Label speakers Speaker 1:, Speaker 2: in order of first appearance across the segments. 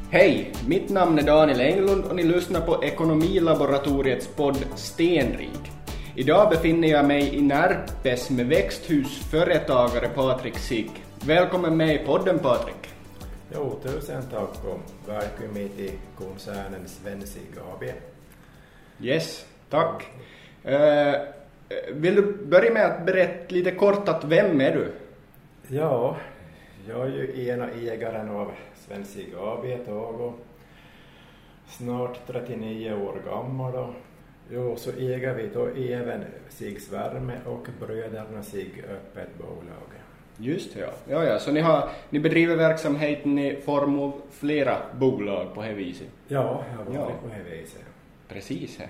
Speaker 1: Hej, mitt namn är Daniel Englund och ni lyssnar på Ekonomilaboratoriets podd Stenrik. Idag befinner jag mig i Närpes med växthusföretagare Patrik Sigg. Välkommen med i podden, Patrik.
Speaker 2: Jo, tusen tack och välkommen till koncernen Svensig AB.
Speaker 1: Yes, tack. Vill du börja med att berätta lite kort att vem är du?
Speaker 2: Ja, jag är ju ena ägaren av Svensig AB och snart 39 år gammal då. Jo, så äger vi då även Siggs Värme och bröderna Sigg öppet bolag.
Speaker 1: Just det, ja. Ja, så ni bedriver verksamheten i form av flera bolag på det viset?
Speaker 2: Ja, jag var på det viset.
Speaker 1: Precis.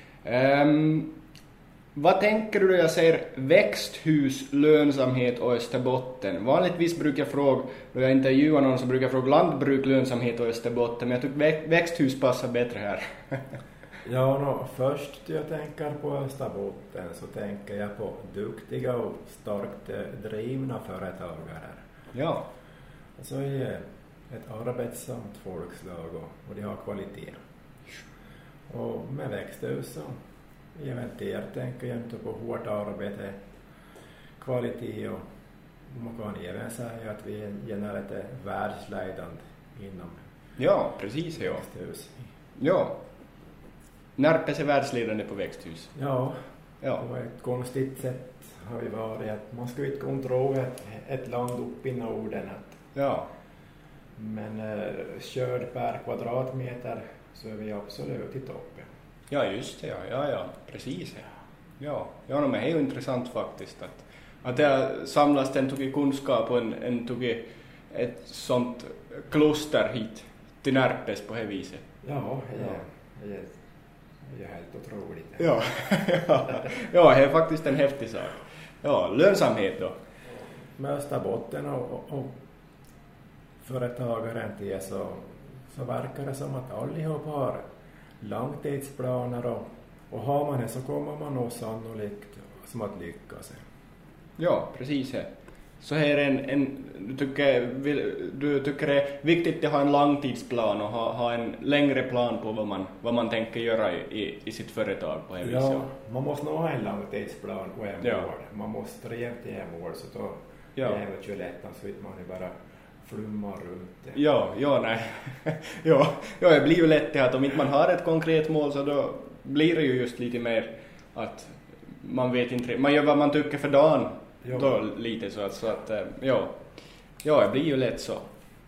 Speaker 1: Vad tänker du då jag säger växthus, lönsamhet och Österbotten? Vanligtvis brukar jag fråga, då jag intervjuar någon så brukar jag fråga landbruk, lönsamhet och Österbotten. Men jag tycker växthus passar bättre här.
Speaker 2: Ja, först jag tänker på Österbotten så tänker jag på duktiga och starkt drivna företagare.
Speaker 1: Ja.
Speaker 2: Så är ett arbetsamt folkslag och det har kvalitet. Och med växthus så eventuellt tänker jag inte på hårt arbete, kvalitet och man kan även säga att vi är lite världsledande inom
Speaker 1: precis,
Speaker 2: växthus.
Speaker 1: Ja. Närpes är världsledande på växthus.
Speaker 2: Ja. Det var ett konstigt sätt har ju varit att man ska inte kunna tro ett land upp i Norden.
Speaker 1: Ja.
Speaker 2: Men körd per kvadratmeter så är vi absolut i toppen.
Speaker 1: Ja, just det. Ja, precis. Ja, men det är ju intressant faktiskt att det samlas en tog kunskap och en tog ett sånt kluster hit till Närpes på det viset.
Speaker 2: Ja, det är helt otroligt.
Speaker 1: Ja, det är faktiskt en häftig sak. Ja, lönsamhet då?
Speaker 2: Med Österbotten och företagaren till så verkar det som att allihop har långtidsplaner och har man det så kommer man nog sannolikt som att lyckas. Ja,
Speaker 1: precis. Så här du tycker det är viktigt att ha en långtidsplan och ha en längre plan på vad man tänker göra i sitt företag på det viset.
Speaker 2: Ja, man måste nog ha en långtidsplan och en mål. Man måste sträva till en mål så då är det ju lätt så att man bara flummar runt. Det blir ju lätt att om inte man har ett konkret mål så då blir det ju just lite mer att man vet inte, man gör vad man tycker för dagen. Då lite så att det blir ju lätt så.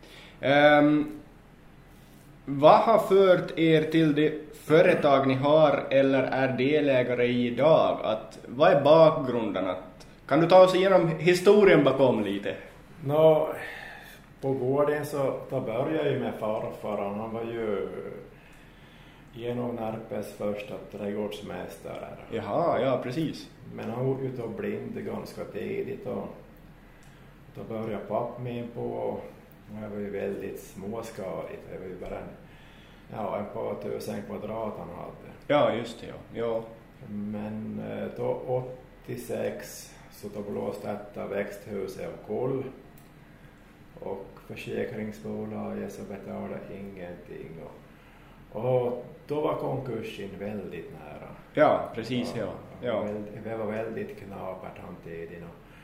Speaker 2: Vad har fört er till det företag ni har eller är delägare i idag? Vad är bakgrunden? Kan du ta oss igenom historien bakom lite? På gården så då började jag med farfar. Han var ju en av Närpes första trädgårdsmästare.
Speaker 1: Jaha, ja precis.
Speaker 2: Men han var ute och blinde ganska tidigt och då började pappa med på och det var ju väldigt småskaligt. Det var ju bara ett par tusen kvadrat han hade.
Speaker 1: Ja, just det. Ja.
Speaker 2: Men då 86 så då blåste detta växthuset av koll och försäkringsbolaget så betalade ingenting och då var konkursen väldigt nära.
Speaker 1: Ja, precis, ja.
Speaker 2: Det var väldigt knapert hantidigt.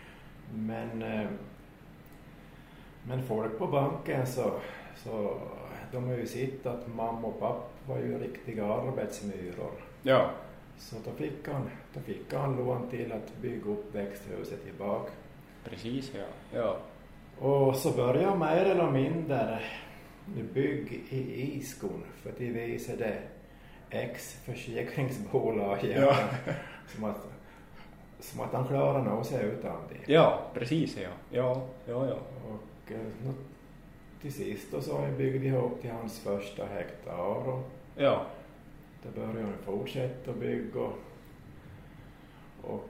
Speaker 2: Men folk på banken så de har ju sett att mamma och pappa var ju riktiga arbetsmyror.
Speaker 1: Ja.
Speaker 2: Så då fick han lån till att bygga upp växthuset tillbaka.
Speaker 1: Precis, ja. Och
Speaker 2: så började mer eller mindre bygg i iskon för det visade ex-försäkringsbolag som att han klarar nog sig utan det.
Speaker 1: Ja, precis, ja.
Speaker 2: Och till sist då så byggde ihop till hans första hektar och då började han fortsätta bygga och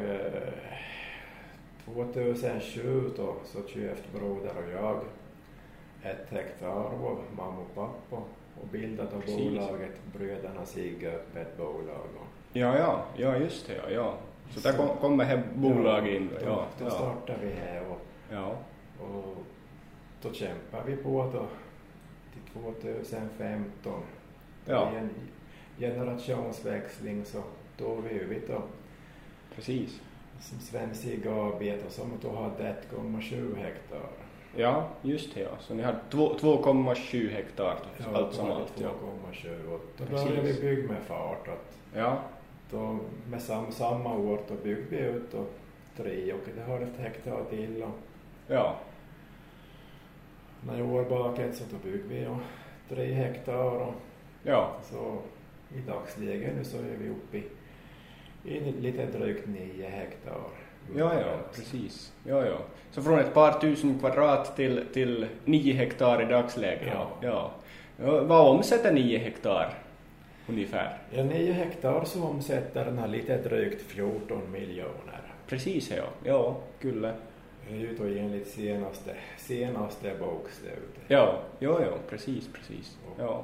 Speaker 2: 2007 då så köpte broder och jag 1 hektar av mamma och pappa och bildat av bolaget Bröderna Sigg öppet bolag.
Speaker 1: Ja, just det, ja. Så där kommer här bolag in.
Speaker 2: Då startar vi här och då kämpar vi på då
Speaker 3: till 2015.
Speaker 2: Ja.
Speaker 3: I en generationsväxling så tog vi ut då
Speaker 2: Precis.
Speaker 3: som Svensk Gabet och som då hade 1,7 hektar.
Speaker 2: Ja, just det. Ja. Så ni hade 2,7 hektar allt som allt. Ja.
Speaker 3: 2,7 och då började vi bygga med fart.
Speaker 2: Ja.
Speaker 3: Då med samma år då byggde vi ut och 3 och det har ett hektar till och
Speaker 2: Ja.
Speaker 3: när år bakåt så då byggde vi 3 hektar och
Speaker 2: Ja.
Speaker 3: så i dagsläget nu så är vi uppe i lite drygt 9 hektar.
Speaker 2: Ja, precis. Ja. Så från ett par tusen kvadrat till 9 hektar i dagsläget. Ja. Vad omsätter 9 hektar ungefär?
Speaker 3: Ja, 9 hektar så omsätter den här lite drygt 14 miljoner.
Speaker 2: Precis, ja. Ja, kulle.
Speaker 3: Det är ju då enligt senaste bokslutet.
Speaker 2: Ja, precis.
Speaker 3: Och
Speaker 2: Ja.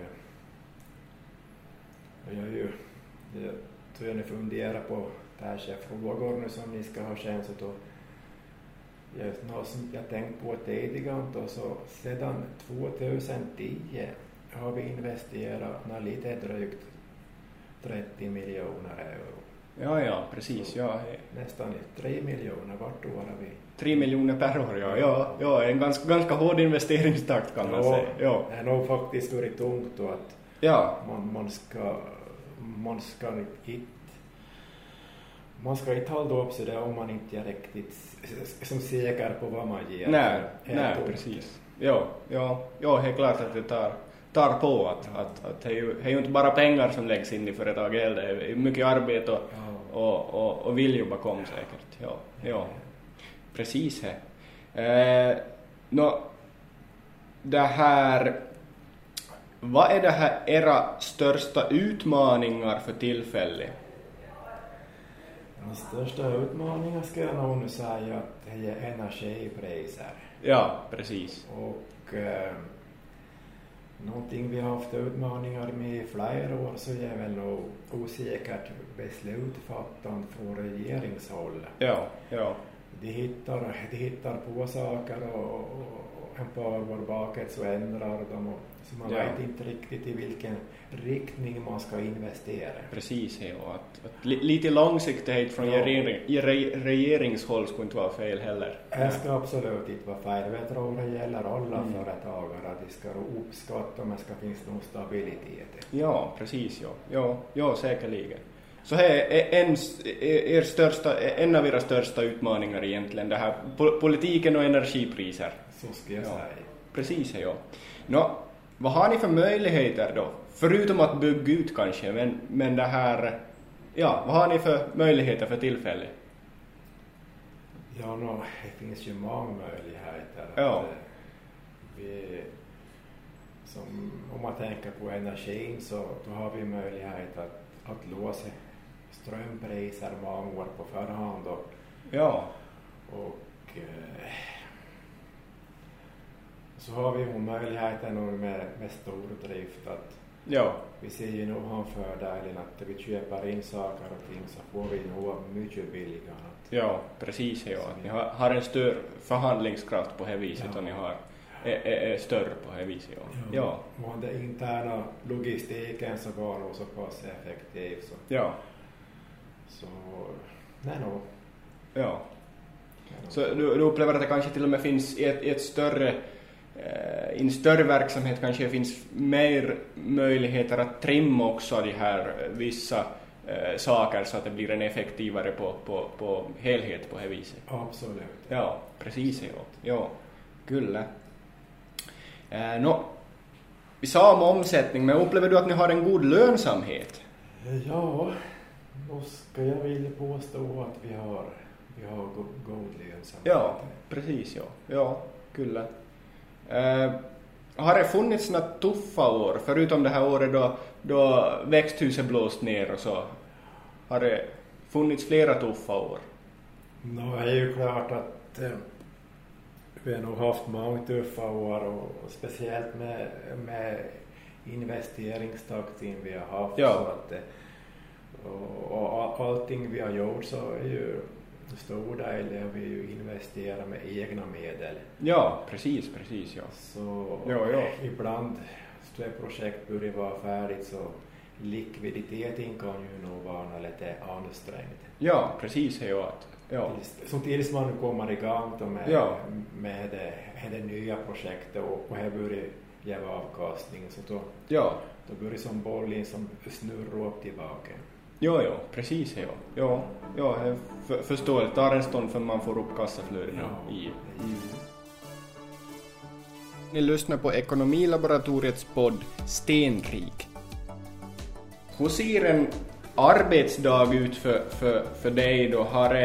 Speaker 3: Jag tror jag nu funderar på det här frågor nu som ni ska ha chans att då något som jag tänkt på tidigare då, så sedan 2010 har vi investerat lite drygt 30 miljoner euro.
Speaker 2: Ja, precis. Ja.
Speaker 3: Nästan 3 miljoner vart år har vi.
Speaker 2: 3 miljoner per år, ja. En ganska hård investeringstakt kan man säga. Ja.
Speaker 3: Det är nog faktiskt väldigt tungt då att man ska inte hålla upp sig där om man inte är riktigt som säker på vad man ger.
Speaker 2: Nej, precis. Ja, helt klart att det tar på att det är ju inte bara pengar som läggs in i företaget, det är mycket arbete och vilja bakom säkert. Ja. Precis här. Det här, vad är det här era största utmaningar för tillfället?
Speaker 3: Den största utmaningen ska jag nog nu säga att det är energipriser.
Speaker 2: Ja, precis.
Speaker 3: Och någonting vi har haft utmaningar med i flera år så är väl nog osäkert beslutfattande från regeringshåll.
Speaker 2: Ja.
Speaker 3: De hittar på saker och en par år bakåt så ändrar de så man vet inte riktigt i vilken riktning man ska investera.
Speaker 2: Precis, ja. Att lite långsiktighet från regeringshåll skulle inte vara fel heller.
Speaker 3: Det ska absolut inte vara fel. Jag tror det gäller alla företagare att de ska uppskatta om det ska finnas någon stabilitet.
Speaker 2: Ja, precis. Ja, säkerligen. Så här är en av era största utmaningar egentligen, det här politiken och energipriser.
Speaker 3: Så ska jag säga.
Speaker 2: Precis, ja. Vad har ni för möjligheter då? Förutom att bygga ut kanske, men det här, vad har ni för möjligheter för tillfället?
Speaker 3: Ja, det finns ju många möjligheter.
Speaker 2: Ja.
Speaker 3: Om man tänker på energin så då har vi möjlighet att låsa strömpriser många år på förhand. Och så har vi möjligheten med stordrift att vi ser ju nog ha fördelen att vi köper in saker och ting så får vi nog mycket billigare.
Speaker 2: Ja, precis. Ja. Ni har en större förhandlingskraft på det viset och ni är större på det viset. Ja.
Speaker 3: Och den interna logistiken så var nog så pass effektiv. Så.
Speaker 2: Ja.
Speaker 3: Så nej nog.
Speaker 2: Ja. Så du upplever att det kanske till och med finns i en större verksamhet kanske det finns mer möjligheter att trimma också de här vissa saker så att det blir en effektivare på helhet på det viset.
Speaker 3: Absolut.
Speaker 2: Ja, precis. Ja. Gulle. Vi sa om omsättning, men upplever du att ni har en god lönsamhet?
Speaker 3: Ja, då ska jag vilja påstå att vi har god lönsamhet.
Speaker 2: Ja, precis. Ja, Gulle. Har det funnits några tuffa år, förutom det här året då växthuset blåst ner och så? Har det funnits flera tuffa år?
Speaker 3: Det är ju klart att vi har nog haft många tuffa år och speciellt med investeringstakten vi har haft.
Speaker 2: Ja.
Speaker 3: Så att, och allting vi har gjort så är ju stor del är vi ju investera med egna medel.
Speaker 1: Ja, precis, ja.
Speaker 3: Så
Speaker 1: Ja.
Speaker 3: ibland så är projekt börjar vara färdigt så likviditeten kan ju nog vara lite ansträngd.
Speaker 1: Ja, precis, ja.
Speaker 3: Så tills man kommer igång då med det nya projektet och här börjar ge avkastning så då börjar som bollen som snurrar upp tillbaka.
Speaker 1: Ja, precis, ja. Ja, jag förstår. Det tar en stund för man får upp kassaflödet i. Ni lyssnar på Ekonomilaboratoriets podd Stenrik. Hur ser en arbetsdag ut för dig då?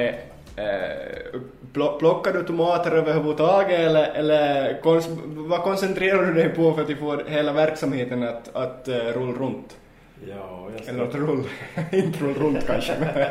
Speaker 1: Plockar du tomater överhuvudtaget eller vad koncentrerar du dig på för att du får hela verksamheten att rulla runt?
Speaker 3: Ja,
Speaker 1: inte rulla runt kanske.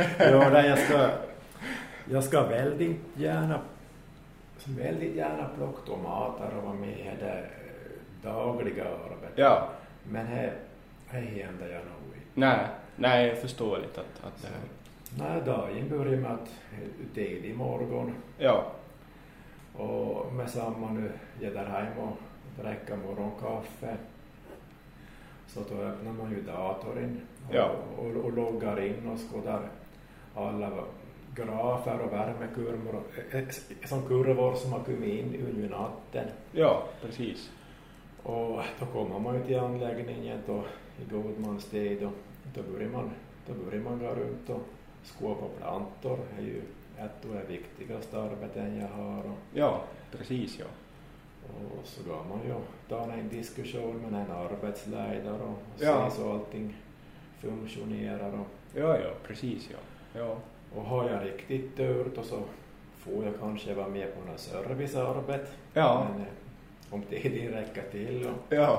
Speaker 3: Jag ska väldigt gärna plocka tomater och vara med i det dagliga arbetet.
Speaker 1: Ja.
Speaker 3: Men här händer jag nog inte.
Speaker 1: Nej, förståeligt att det här.
Speaker 3: Nej, dagen börjar med att tidig morgon.
Speaker 1: Ja.
Speaker 3: Och med samma nu jag där hem och dricka morgonkaffe. Så då öppnar man ju datorn och loggar in och skådar alla grafer och värmekurvor som kurvor som har kommit in under natten.
Speaker 1: Ja, precis.
Speaker 3: Och då kommer man ju till anläggningen då i god mans tid och då börjar man gå runt och skåpa plantor. Det är ju ett av de viktigaste arbeten jag har.
Speaker 1: Ja, precis, ja.
Speaker 3: Och så går man ju ta en diskussion med en arbetsledare och se så allting funktionerar.
Speaker 1: Ja, precis, ja.
Speaker 3: Och har jag riktigt tur då så får jag kanske vara med på något servicearbete.
Speaker 1: Ja.
Speaker 3: Men om tiden räcker till.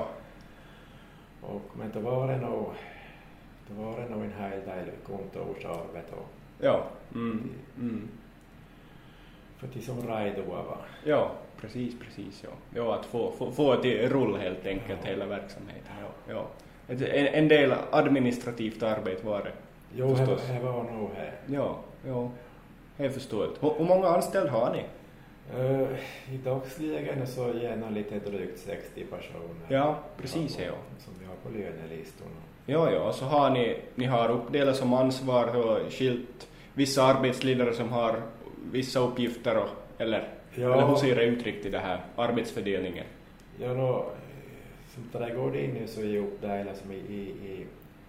Speaker 3: Men då var det nog en hel del kontorsarbete.
Speaker 1: Ja.
Speaker 3: För till som rajdova.
Speaker 1: Ja, precis, ja. Ja, att få till rull helt enkelt hela verksamheten. Ja. En del administrativt arbete var det.
Speaker 3: Jo, det var nog här.
Speaker 1: Ja, jag förstår. Hur många anställda har ni?
Speaker 3: I dagsläget så gärna lite drygt 60 personer.
Speaker 1: Ja, precis,
Speaker 3: som vi har på lönelistorna.
Speaker 1: Ja, så har ni har uppdelat som ansvar och skilt vissa arbetsledare som har vissa uppgifter eller hur ser det uttryckt i det här arbetsfördelningen?
Speaker 3: Ja, som trädgård nu så är uppdelat som i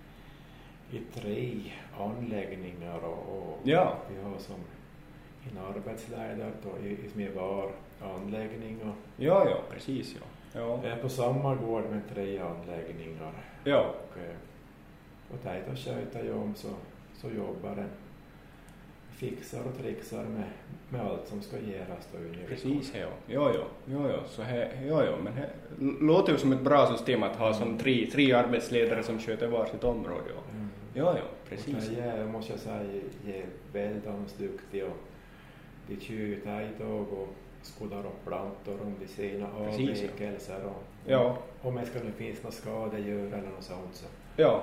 Speaker 3: 3 anläggningar och vi har som en arbetsledare då i var anläggning.
Speaker 1: Ja, precis, ja.
Speaker 3: Jag är på samma gård med 3 anläggningar.
Speaker 1: Ja.
Speaker 3: Och där då sköter jag om så jobbar den. Fixar och trixar med allt som ska göras då.
Speaker 1: Precis, ja. Så men det låter ju som ett bra system att ha som 3 arbetsledare som sköter varsitt område. Ja, precis.
Speaker 3: Och där måste jag säga är väldigt duktig och de tjuter idag och skådar upp plantor om de ser några avvikelser och om det ska finnas några skadedjur eller något sånt så. Ja.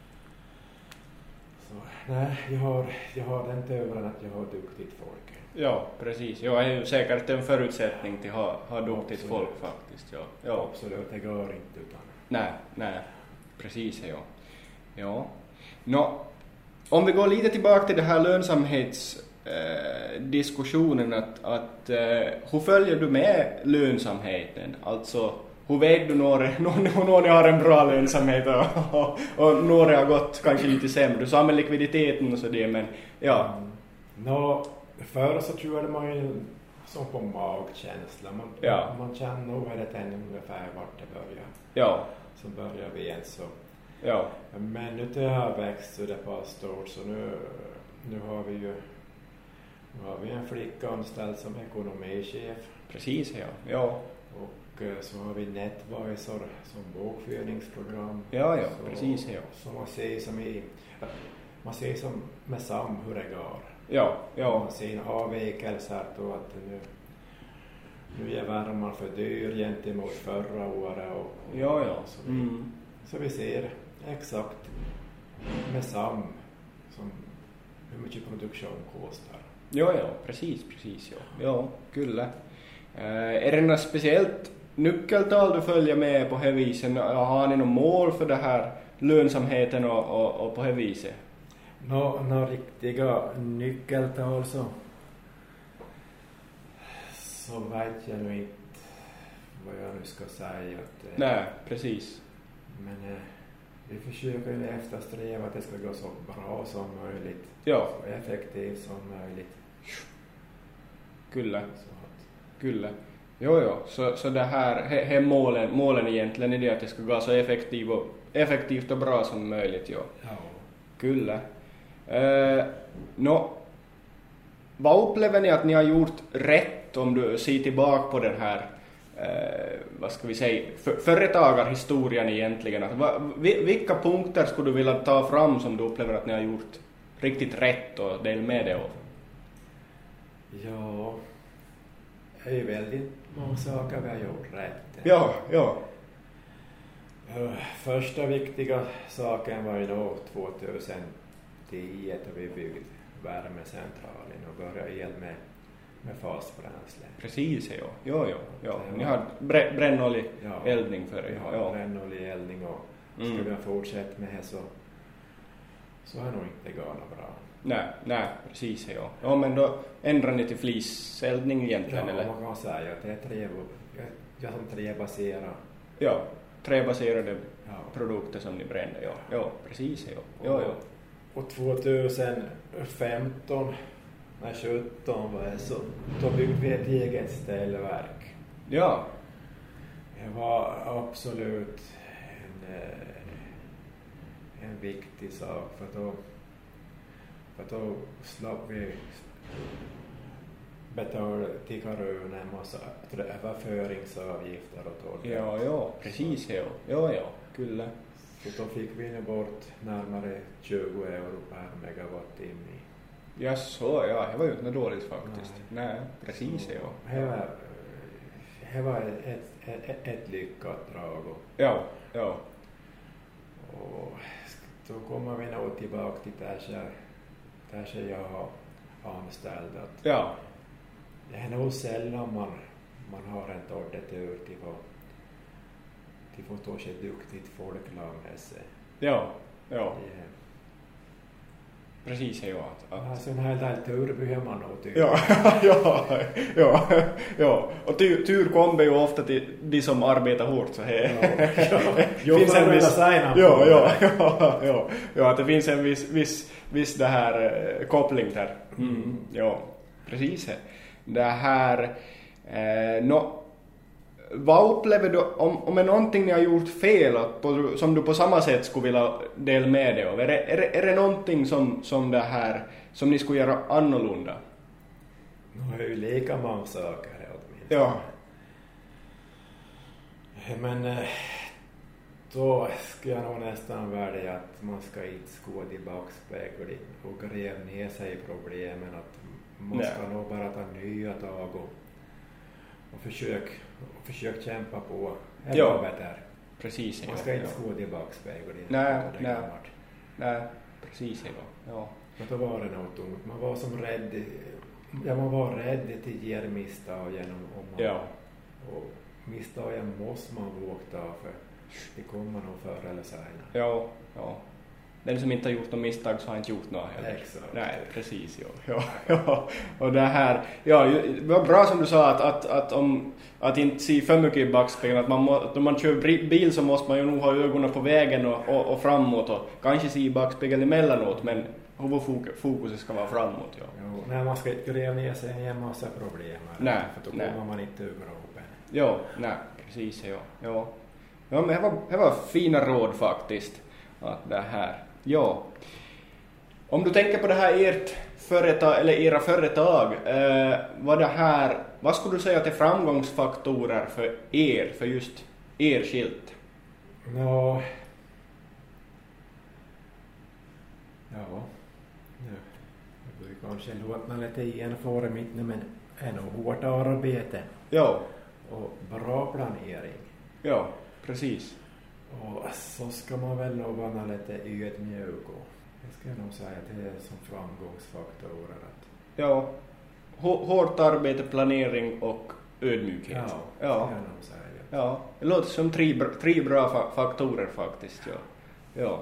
Speaker 3: Så, nej, jag har den turen att jag har duktigt folk.
Speaker 1: Ja, precis. Jag är ju säkert en förutsättning till att ha duktigt folk faktiskt. Ja.
Speaker 3: Absolut, det går inte utan.
Speaker 1: Nej, precis, ja. Om vi går lite tillbaka till det här lönsamhetsdiskussionen att hur följer du med lönsamheten? Alltså hur vet du när har en bra lönsamhet och när har gått kanske lite sämre? Du sa med likviditeten och så det, men ja.
Speaker 3: Förr så tror jag man ju som på magkänsla. Man känner nog väldigt ungefär vart det börjar.
Speaker 1: Ja.
Speaker 3: Så börjar vi igen så.
Speaker 1: Ja.
Speaker 3: Men nu det har växt så det är stort så nu har vi en flicka anställd som ekonomichef.
Speaker 1: Precis, ja.
Speaker 3: Och så har vi Netvisor som bokföringsprogram.
Speaker 1: Ja, precis,
Speaker 3: Så man ser som med sam hur det går.
Speaker 1: Ja.
Speaker 3: Man ser en avvikelse då att nu är värman för dyr gentemot förra året. Så vi ser exakt med sam som hur mycket produktion kostar.
Speaker 1: Ja, precis, ja, kyllä. Är det något speciellt nyckeltal du följer med på det viset? Har ni något mål för det här lönsamheten och på det viset?
Speaker 3: Nå riktiga nyckeltal så vet jag nog inte vad jag nu ska säga.
Speaker 1: Nej, precis.
Speaker 3: Men vi försöker ju eftersträva att det ska gå så bra som möjligt.
Speaker 1: Ja.
Speaker 3: Så effektivt som möjligt.
Speaker 1: Kyllä. Jo. Så det här är målen egentligen är det att det ska gå så effektivt och bra som möjligt. Ja. Kyllä. Vad upplever ni att ni har gjort rätt om du ser tillbaka på den här vad ska vi säga företagarhistorien egentligen? Vilka punkter skulle du vilja ta fram som du upplever att ni har gjort riktigt rätt och del med det av?
Speaker 3: Ja, det är ju väldigt många saker vi har gjort rätt.
Speaker 1: Ja.
Speaker 3: Första viktiga saken var ju då 2010 då vi byggde värmecentralen och började el med fast bränsle.
Speaker 1: Precis, ja. Ni har brännoljeeldning för det.
Speaker 3: Ja, brännoljeeldning och skulle jag fortsätta med det så är nog inte galet bra.
Speaker 1: Nej, precis, ja. Ja, men då ändrar ni till fliseldning egentligen,
Speaker 3: ja,
Speaker 1: eller?
Speaker 3: Ja, man kan säga att det är jag som träbaserar.
Speaker 1: Ja, träbaserade produkter som ni bränner, ja, precis, ja.
Speaker 3: Och 2015, när 17 var det så, då byggde vi ett eget ställverk.
Speaker 1: Ja.
Speaker 3: Det var absolut en viktig sak för då slapp vi betala till kommunen en massa överföringsavgifter och tolv.
Speaker 1: Ja, precis, ja, kyllä.
Speaker 3: Så då fick vi bort närmare 20 euro per megawattimme.
Speaker 1: Ja, så, det var ju inte dåligt faktiskt. Nej, precis,
Speaker 3: så, det var ett lyckat drag.
Speaker 1: Ja.
Speaker 3: Och då kommer vi nog tillbaka till där jag har anställd.
Speaker 1: Ja.
Speaker 3: Det är nog sällan man har en dålig tur till få ta sig duktigt folklag med sig.
Speaker 1: Ja. Precis, ja.
Speaker 3: Alltså en hel del tur behöver man nog tycka.
Speaker 1: Ja. Och tur kommer ju ofta till de som arbetar hårt så här.
Speaker 3: Finns en viss
Speaker 1: att det finns en viss det här koppling där. Ja, precis. Det här vad upplever du om är någonting ni har gjort fel som du på samma sätt skulle vilja dela med dig av? Är det någonting som det här som ni skulle göra annorlunda?
Speaker 3: Nu är ju lika många saker åtminstone.
Speaker 1: Ja.
Speaker 3: Men då ska jag nog nästan välja att man ska inte skåda i backspegeln och gräva ner sig i problemen. Att man ska nog bara ta nya tag och försök kämpa på.
Speaker 1: Ja, precis.
Speaker 3: Man ska inte skåda i backspegeln.
Speaker 1: Nej, precis. Ja.
Speaker 3: Men då var det något tungt. Man var som rädd. Ja, man var rädd till ger misstagen. Och misstagen måste man våga ta för det kommer nog förr eller senare.
Speaker 1: Ja. Den som inte har gjort något misstag så har inte gjort något heller.
Speaker 3: Exakt.
Speaker 1: Nej, precis. Ja. Och det här, det var bra som du sa att inte se för mycket i backspegeln. Att när man kör bil så måste man ju nog ha ögonen på vägen och framåt och kanske se i backspegeln emellanåt, men huvudfokuset ska vara framåt. Ja.
Speaker 3: Jo, när man ska gräva ner sig i en massa problem.
Speaker 1: Nej,
Speaker 3: för då kommer man inte ur gropen.
Speaker 1: Ja, nej, precis. Ja, men det var fina råd faktiskt. Att det här. Ja. Om du tänker på det här ert företag eller era företag, vad skulle du säga till framgångsfaktorer för just er skilt?
Speaker 3: Ja, det blir kanske låta lite igen för mitt, men är nog hårt arbete.
Speaker 1: Ja.
Speaker 3: Och bra planering.
Speaker 1: Ja, precis.
Speaker 3: Och så ska man väl nog vara lite ödmjuk och jag ska nog säga att det är som framgångsfaktorer att
Speaker 1: Ja. Hårt arbete, planering och ödmjukhet.
Speaker 3: Ja.
Speaker 1: Ja, det låter som tre bra faktorer faktiskt. Ja.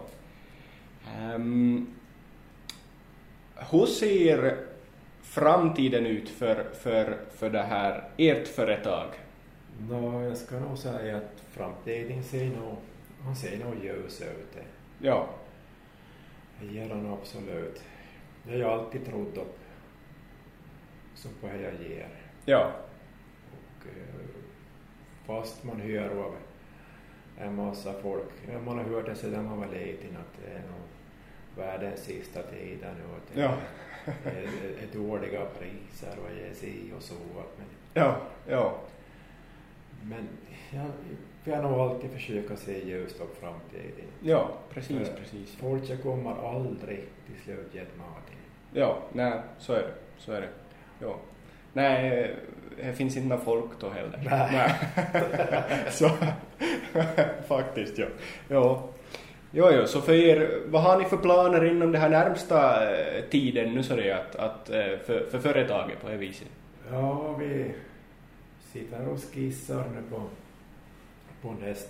Speaker 1: Hur ser framtiden ut för det här, ert företag?
Speaker 3: Jag ska nog säga att framtiden ser nog ljus ut.
Speaker 1: Ja.
Speaker 3: Det gör den absolut. Jag har ju alltid trott upp som på det jag ger.
Speaker 1: Ja.
Speaker 3: Och fast man hör av en massa folk, man har hört det sedan man var liten att det är nog världens sista tiden och att det är dåliga priser och ge och så.
Speaker 1: Ja.
Speaker 3: Men jag har nog alltid försökt se ljust upp framtiden.
Speaker 1: Ja, precis.
Speaker 3: Folk kommer aldrig till slut gett maten.
Speaker 1: Ja, nej, så är det. Ja. Nej, det finns inte några folk då heller. Nej. Så, faktiskt, ja. Jo, så för er, vad har ni för planer inom det här närmsta tiden nu så det att för företaget på det viset?
Speaker 3: Ja, vi sitter och skissar nu på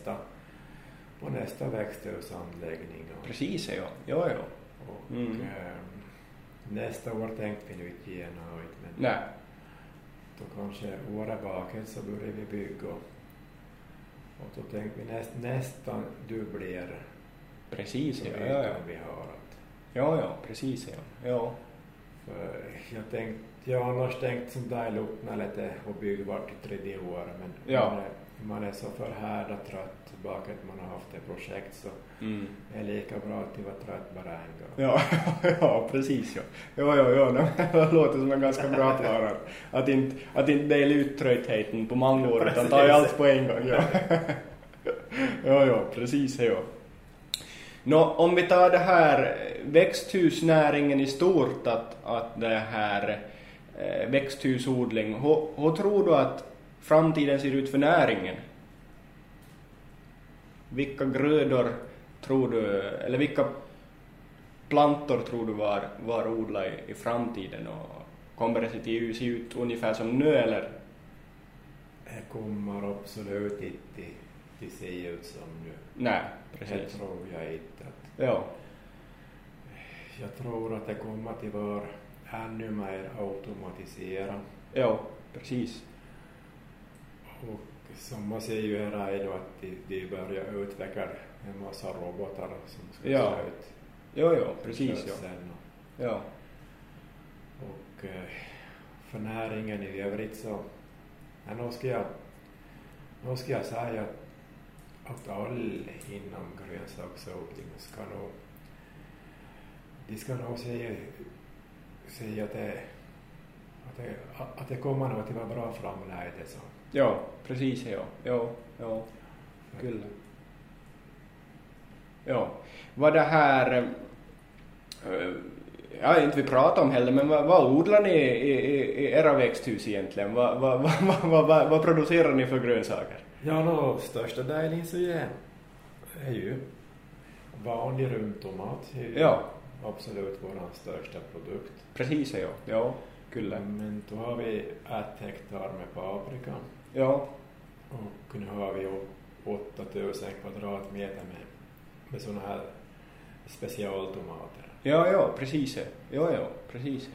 Speaker 3: nästa växthusanläggning.
Speaker 1: Precis, ja.
Speaker 3: Och nästa år tänkte vi nu inte ge något, men
Speaker 1: nej.
Speaker 3: Då kanske året bakåt så börjar vi bygga och då tänkte vi nästan dubblera.
Speaker 1: Precis, ja.
Speaker 3: Vi har att.
Speaker 1: Ja, precis, ja.
Speaker 3: För jag har annars tänkt som där lukna lite och bygga vart i 3 år, men man är så förhärdat trött bakåt man har haft ett projekt så det är lika bra att vara trött bara en gång.
Speaker 1: Ja, precis, ja. Det låter som en ganska bra plan att inte dela ut tröttheten på många år utan ta allt på en gång, ja, precis, ja. Om vi tar det här växthusnäringen i stort, att det här växthusodling, hur tror du att framtiden ser ut för näringen? Vilka grödor tror du, eller vilka plantor tror du var odla i framtiden och kommer det se ut ungefär som nu eller?
Speaker 3: Det kommer absolut inte att se ut som nu.
Speaker 1: Nej, precis.
Speaker 3: Det tror jag inte.
Speaker 1: Ja.
Speaker 3: Jag tror att det kommer att vara ännu mer automatiserat.
Speaker 1: Ja, precis.
Speaker 3: Och som man ser ju här är då att de börjar utveckla en massa robotar som ska se ut.
Speaker 1: Ja, precis. Ja.
Speaker 3: Och för näringen i övrigt så nu ska jag säga att all inom grönsaksodling ska nog se att det kommer nog att vara bra framläget så.
Speaker 1: Ja, precis, ja. Kul. Ja. Vad det här inte vi pratar om heller, men vad odlar ni i era växthus egentligen? Vad producerar ni för grönsaker?
Speaker 3: Ja, största delen så är ju vanlig rundtomat.
Speaker 1: Ja.
Speaker 3: Absolut vår största produkt.
Speaker 1: Precis, ja. Kul.
Speaker 3: Men då har vi 1 hektar med paprika.
Speaker 1: Ja.
Speaker 3: Och nu har vi 8000 kvadratmeter med såna här specialtomater.
Speaker 1: Ja, precis. Ja, precis.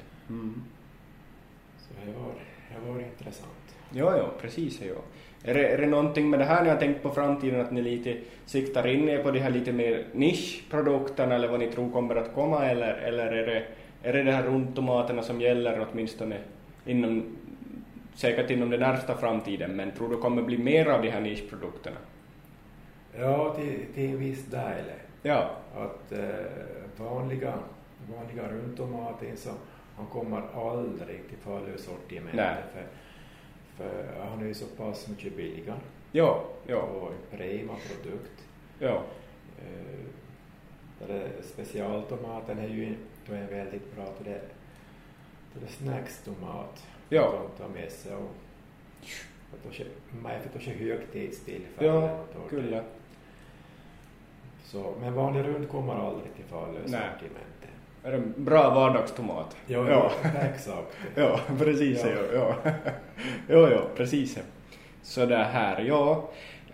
Speaker 3: Så det var intressant.
Speaker 1: Ja, precis, ja. Är det någonting med det här ni har tänkt på framtiden att ni lite siktar in er på de här lite mer nischprodukterna eller vad ni tror kommer att komma eller är det här rundtomaterna som gäller åtminstone säkert inom den närmsta framtiden, men tror du kommer bli mer av de här nischprodukterna?
Speaker 3: Ja, till en viss del.
Speaker 1: Ja.
Speaker 3: Att vanliga rundtomaten så han kommer aldrig till falusortimentet för han är ju så pass mycket billigare.
Speaker 1: Ja.
Speaker 3: Och en prima produkt.
Speaker 1: Ja.
Speaker 3: Specialtomaten är ju då är väldigt bra till det snackstomat.
Speaker 1: Ja.
Speaker 3: De tar med sig och för att det är högtidstillfälle.
Speaker 1: Ja, kul.
Speaker 3: Så, men vanlig rund kommer aldrig till falusortimentet.
Speaker 1: Är det en bra vardagstomat?
Speaker 3: Ja, exakt.
Speaker 1: Ja, precis. Ja. Ja, precis. Så det här, ja.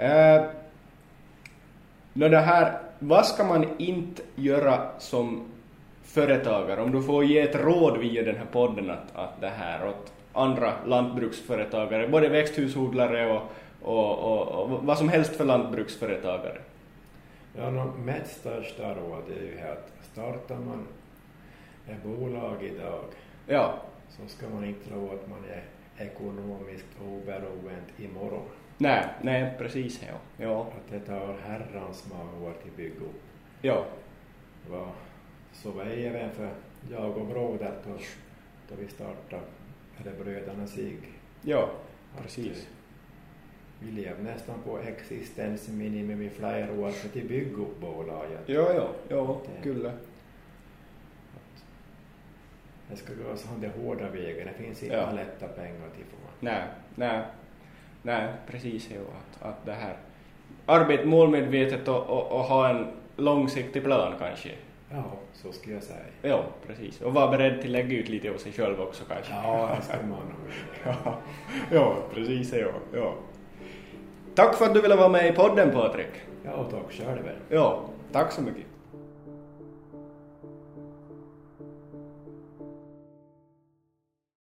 Speaker 1: Det här, vad ska man inte göra som företagare? Om du får ge ett råd via den här podden att det här åt andra lantbruksföretagare, både växthusodlare och vad som helst för lantbruksföretagare.
Speaker 3: Ja, mest största råd är ju att startar man ett bolag idag,
Speaker 1: Ja.
Speaker 3: så ska man inte tro att man är ekonomiskt oberoende imorgon.
Speaker 1: Nej, precis. Ja.
Speaker 3: Att det tar herrans många år till bygga upp.
Speaker 1: Ja.
Speaker 3: Så var det även för jag och broder då vi startade bröderna sig.
Speaker 1: Ja, precis.
Speaker 3: Vi lever nästan på existensminimum i flera år för att bygga upp bolaget.
Speaker 1: Ja, kul.
Speaker 3: Det ska gå så det hårda vägen. Det finns inte lätta pengar till få.
Speaker 1: Nej, precis. Ja, att det här arbeta målmedvetet och ha en långsiktig plan kanske.
Speaker 3: Ja, så ska jag säga.
Speaker 1: Ja, precis. Och vara beredd till att lägga ut lite av sig själv också kanske.
Speaker 3: Ja, det ska man nog.
Speaker 1: Ja, precis. Ja. Tack för att du ville vara med i podden, Patrik.
Speaker 3: Ja, och tack själv.
Speaker 1: Ja, tack så mycket.